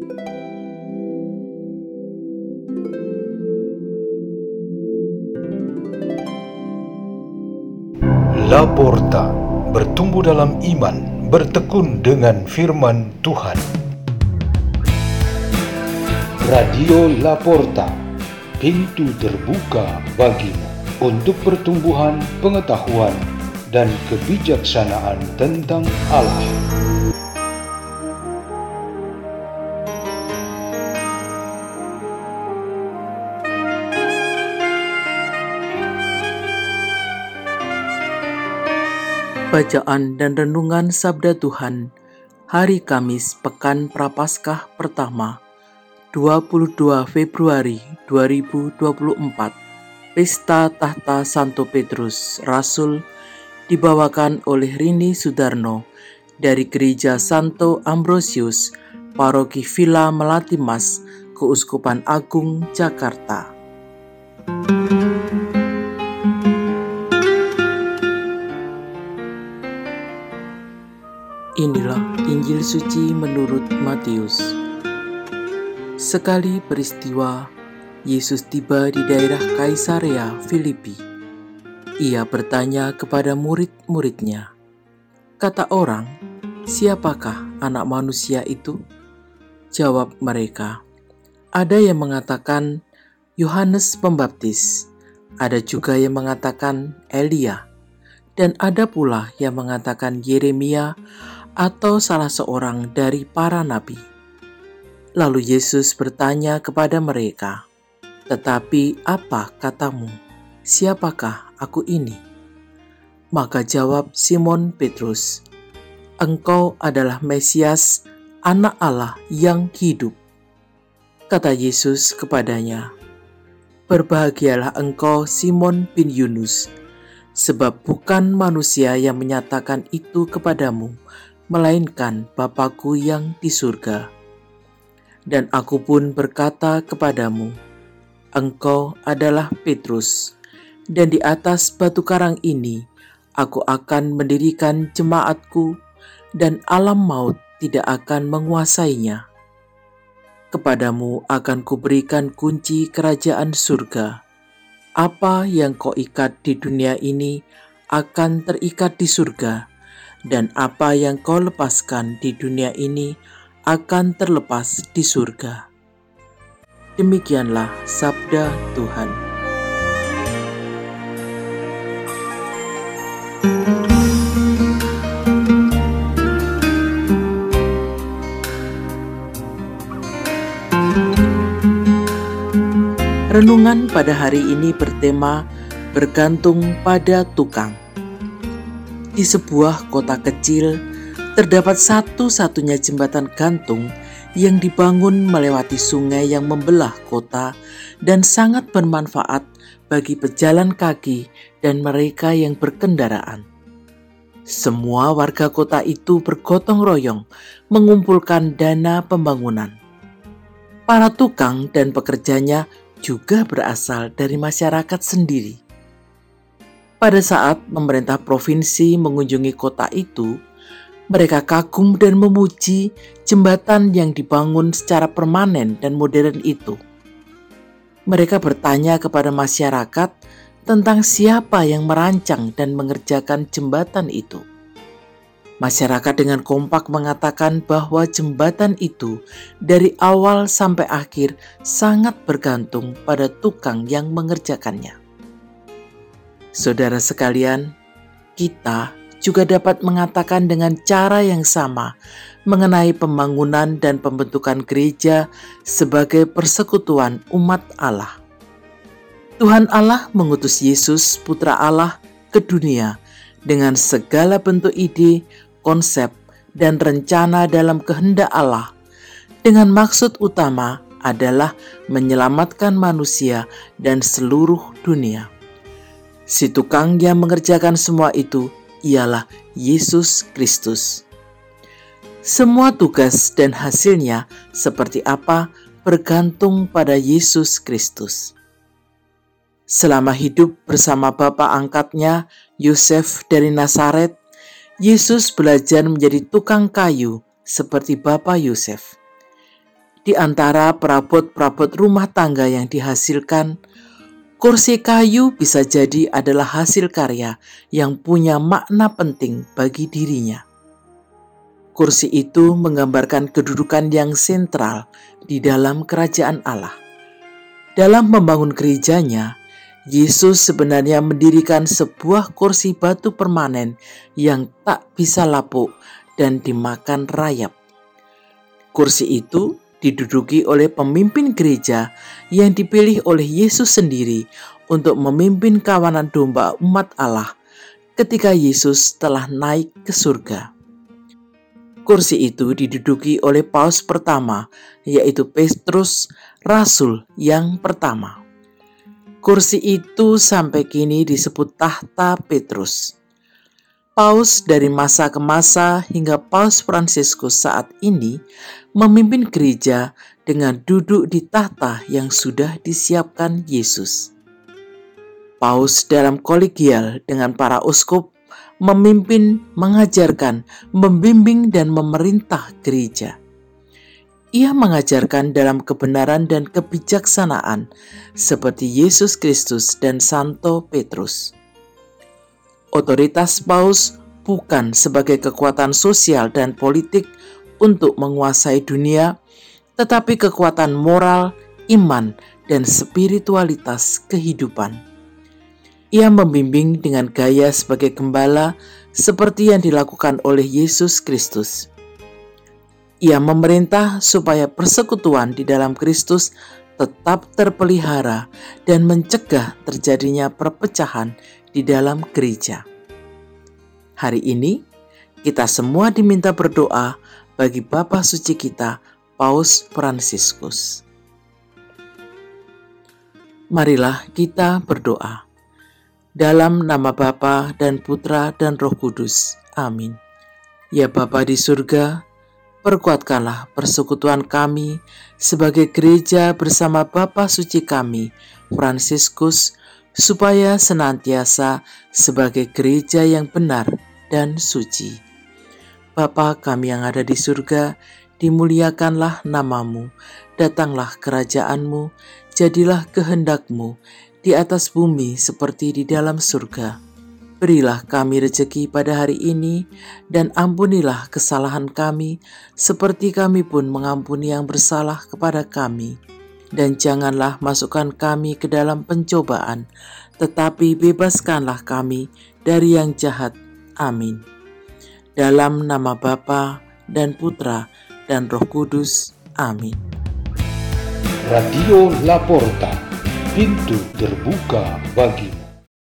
Laporta, bertumbuh dalam iman, bertekun dengan firman Tuhan. Radio Laporta, pintu terbuka bagimu untuk pertumbuhan pengetahuan dan kebijaksanaan tentang Allah. Bacaan dan renungan Sabda Tuhan Hari Kamis Pekan Prapaskah Pertama 22 Februari 2024. Pesta Tahta Santo Petrus Rasul dibawakan oleh Rini Sudarno dari Gereja Santo Ambrosius, Paroki Villa Melati Mas, Keuskupan Agung Jakarta. Inilah Injil Suci menurut Matius. Sekali peristiwa, Yesus tiba di daerah Kaisarea Filipi. Ia bertanya kepada murid-muridnya, kata orang, siapakah anak manusia itu? Jawab mereka, ada yang mengatakan Yohanes Pembaptis, ada juga yang mengatakan Elia, dan ada pula yang mengatakan Yeremia atau salah seorang dari para nabi. Lalu Yesus bertanya kepada mereka, tetapi apa katamu? Siapakah aku ini? Maka jawab Simon Petrus, engkau adalah Mesias, Anak Allah yang hidup. Kata Yesus kepadanya, berbahagialah engkau Simon bin Yunus, sebab bukan manusia yang menyatakan itu kepadamu, melainkan Bapa-Ku yang di surga. Dan aku pun berkata kepadamu, engkau adalah Petrus, dan di atas batu karang ini aku akan mendirikan jemaatku, dan alam maut tidak akan menguasainya. Kepadamu akan kuberikan kunci kerajaan surga. Apa yang kau ikat di dunia ini akan terikat di surga, dan apa yang kau lepaskan di dunia ini akan terlepas di surga. Demikianlah sabda Tuhan. Renungan pada hari ini bertema bergantung pada tukang. Di sebuah kota kecil, terdapat satu-satunya jembatan gantung yang dibangun melewati sungai yang membelah kota dan sangat bermanfaat bagi pejalan kaki dan mereka yang berkendaraan. Semua warga kota itu bergotong royong mengumpulkan dana pembangunan. Para tukang dan pekerjanya juga berasal dari masyarakat sendiri. Pada saat pemerintah provinsi mengunjungi kota itu, mereka kagum dan memuji jembatan yang dibangun secara permanen dan modern itu. Mereka bertanya kepada masyarakat tentang siapa yang merancang dan mengerjakan jembatan itu. Masyarakat dengan kompak mengatakan bahwa jembatan itu dari awal sampai akhir sangat bergantung pada tukang yang mengerjakannya. Saudara sekalian, kita juga dapat mengatakan dengan cara yang sama mengenai pembangunan dan pembentukan gereja sebagai persekutuan umat Allah. Tuhan Allah mengutus Yesus, Putra Allah, ke dunia dengan segala bentuk ide, konsep, dan rencana dalam kehendak Allah, dengan maksud utama adalah menyelamatkan manusia dan seluruh dunia. Si tukang yang mengerjakan semua itu ialah Yesus Kristus. Semua tugas dan hasilnya seperti apa bergantung pada Yesus Kristus. Selama hidup bersama bapa angkatnya, Yosef dari Nazaret, Yesus belajar menjadi tukang kayu seperti Bapa Yosef. Di antara perabot-perabot rumah tangga yang dihasilkan, kursi kayu bisa jadi adalah hasil karya yang punya makna penting bagi dirinya. Kursi itu menggambarkan kedudukan yang sentral di dalam kerajaan Allah. Dalam membangun gerejanya, Yesus sebenarnya mendirikan sebuah kursi batu permanen yang tak bisa lapuk dan dimakan rayap. Kursi itu diduduki oleh pemimpin gereja yang dipilih oleh Yesus sendiri untuk memimpin kawanan domba umat Allah ketika Yesus telah naik ke surga. Kursi itu diduduki oleh Paus pertama, yaitu Petrus, rasul yang pertama. Kursi itu sampai kini disebut tahta Petrus. Paus dari masa ke masa hingga Paus Fransiskus saat ini memimpin gereja dengan duduk di tahta yang sudah disiapkan Yesus. Paus dalam kolegial dengan para uskup memimpin, mengajarkan, membimbing dan memerintah gereja. Ia mengajarkan dalam kebenaran dan kebijaksanaan seperti Yesus Kristus dan Santo Petrus. Otoritas Paus bukan sebagai kekuatan sosial dan politik untuk menguasai dunia, tetapi kekuatan moral, iman, dan spiritualitas kehidupan. Ia membimbing dengan gaya sebagai gembala seperti yang dilakukan oleh Yesus Kristus. Ia memerintah supaya persekutuan di dalam Kristus tetap terpelihara dan mencegah terjadinya perpecahan di dalam gereja. Hari ini, kita semua diminta berdoa bagi Bapa Suci kita, Paus Fransiskus. Marilah kita berdoa. Dalam nama Bapa dan Putra dan Roh Kudus. Amin. Ya Bapa di surga, perkuatkanlah persekutuan kami sebagai gereja bersama Bapa Suci kami, Fransiskus, supaya senantiasa sebagai gereja yang benar dan suci. Bapa kami yang ada di surga, dimuliakanlah namamu, datanglah kerajaanmu, jadilah kehendakmu di atas bumi seperti di dalam surga. Berilah kami rejeki pada hari ini, dan ampunilah kesalahan kami, seperti kami pun mengampuni yang bersalah kepada kami. Dan janganlah masukkan kami ke dalam pencobaan, tetapi bebaskanlah kami dari yang jahat. Amin. Dalam nama Bapa dan Putra dan Roh Kudus. Amin. Radio La Porta, pintu terbuka bagimu.